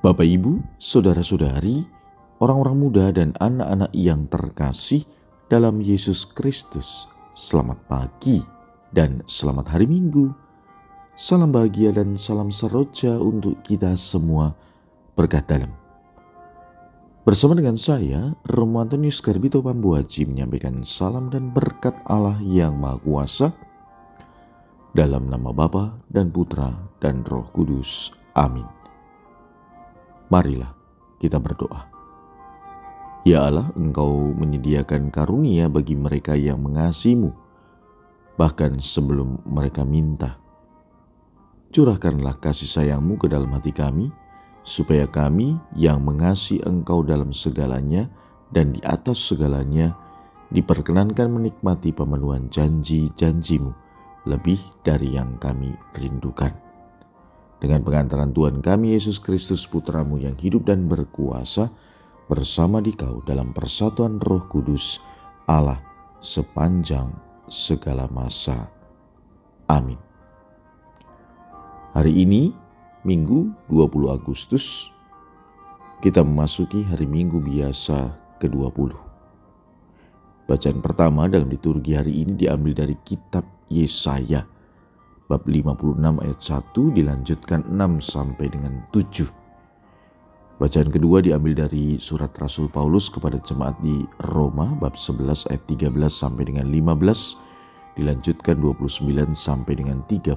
Bapak, Ibu, saudara-saudari, orang-orang muda dan anak-anak yang terkasih dalam Yesus Kristus, selamat pagi dan selamat hari Minggu. Salam bahagia dan salam seroja untuk kita semua, berkat dalam. Bersama dengan saya, Romo Antonius Garbito Pambuaji menyampaikan salam dan berkat Allah yang Maha Kuasa, dalam nama Bapa dan Putra dan Roh Kudus. Amin. Marilah kita berdoa. Ya Allah, Engkau menyediakan karunia bagi mereka yang mengasihi-Mu, bahkan sebelum mereka minta. Curahkanlah kasih sayang-Mu ke dalam hati kami, supaya kami yang mengasihi Engkau dalam segalanya dan di atas segalanya diperkenankan menikmati pemenuhan janji-janji-Mu lebih dari yang kami rindukan. Dengan pengantaran Tuhan kami Yesus Kristus, Putra-Mu yang hidup dan berkuasa, bersama Dikau dalam persatuan Roh Kudus, Allah sepanjang segala masa. Amin. Hari ini, Minggu 20 Agustus, kita memasuki hari Minggu biasa ke-20. Bacaan pertama dalam liturgi hari ini diambil dari kitab Yesaya, bab 56 ayat 1 dilanjutkan 6 sampai dengan 7. Bacaan kedua diambil dari surat Rasul Paulus kepada jemaat di Roma, bab 11 ayat 13 sampai dengan 15, dilanjutkan 29 sampai dengan 32.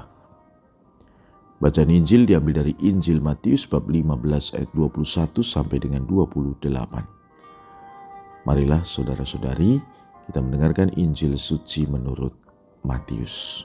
Bacaan Injil diambil dari Injil Matius bab 15 ayat 21 sampai dengan 28. Marilah saudara-saudari, kita mendengarkan Injil suci menurut Matius.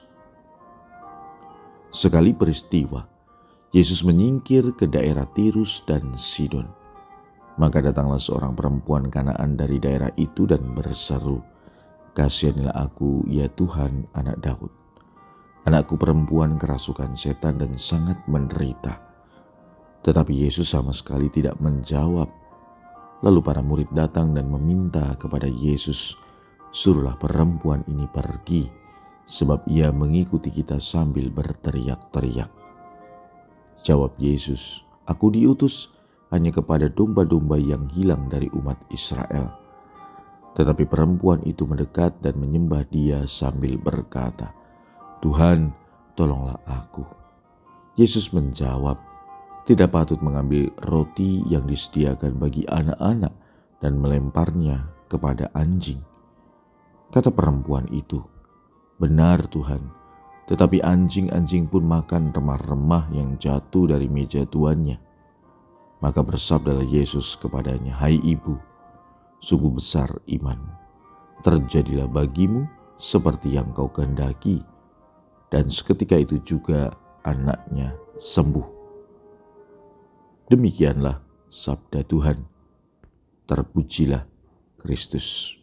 Sekali peristiwa, Yesus menyingkir ke daerah Tirus dan Sidon. Maka datanglah seorang perempuan Kanaan dari daerah itu dan berseru, "Kasihanilah aku, ya Tuhan, anak Daud. Anakku perempuan kerasukan setan dan sangat menderita." Tetapi Yesus sama sekali tidak menjawab. Lalu para murid datang dan meminta kepada Yesus, "Suruhlah perempuan ini pergi, sebab ia mengikuti kita sambil berteriak-teriak." Jawab Yesus, "Aku diutus hanya kepada domba-domba yang hilang dari umat Israel." Tetapi perempuan itu mendekat dan menyembah Dia sambil berkata, "Tuhan, tolonglah aku." Yesus menjawab, "Tidak patut mengambil roti yang disediakan bagi anak-anak dan melemparnya kepada anjing." Kata perempuan itu, "Benar Tuhan, tetapi anjing-anjing pun makan remah-remah yang jatuh dari meja tuannya." Maka bersabdalah Yesus kepadanya, "Hai ibu, sungguh besar imanmu. Terjadilah bagimu seperti yang kau kehendaki." Dan seketika itu juga anaknya sembuh. Demikianlah sabda Tuhan. Terpujilah Kristus.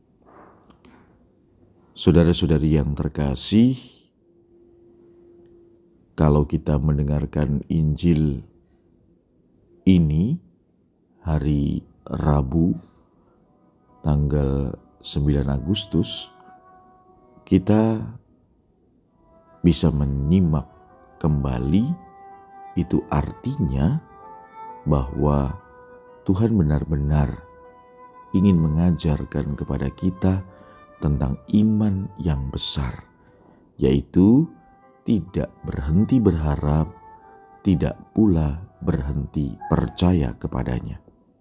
Saudara-saudari yang terkasih, kalau kita mendengarkan Injil ini hari Rabu tanggal 9 Agustus, kita bisa menyimak kembali, itu artinya bahwa Tuhan benar-benar ingin mengajarkan kepada kita tentang iman yang besar, yaitu tidak berhenti berharap, tidak pula berhenti percaya kepadanya.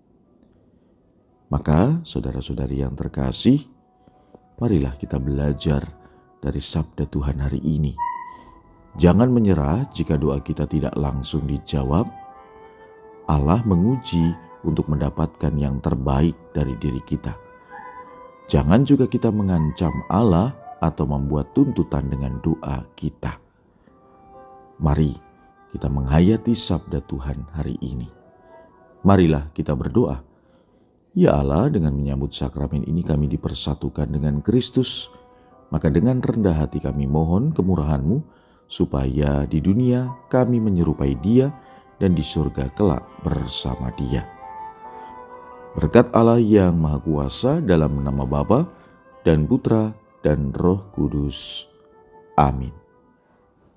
Maka saudara-saudari yang terkasih, marilah kita belajar dari sabda Tuhan hari ini. Jangan menyerah jika doa kita tidak langsung dijawab. Allah menguji untuk mendapatkan yang terbaik dari diri kita. Jangan juga kita mengancam Allah atau membuat tuntutan dengan doa kita. Mari kita menghayati sabda Tuhan hari ini. Marilah kita berdoa. Ya Allah, dengan menyambut sakramen ini kami dipersatukan dengan Kristus. Maka dengan rendah hati kami mohon kemurahan-Mu, supaya di dunia kami menyerupai Dia dan di surga kelak bersama Dia. Berkat Allah yang Maha Kuasa, dalam nama Bapa dan Putra dan Roh Kudus. Amin.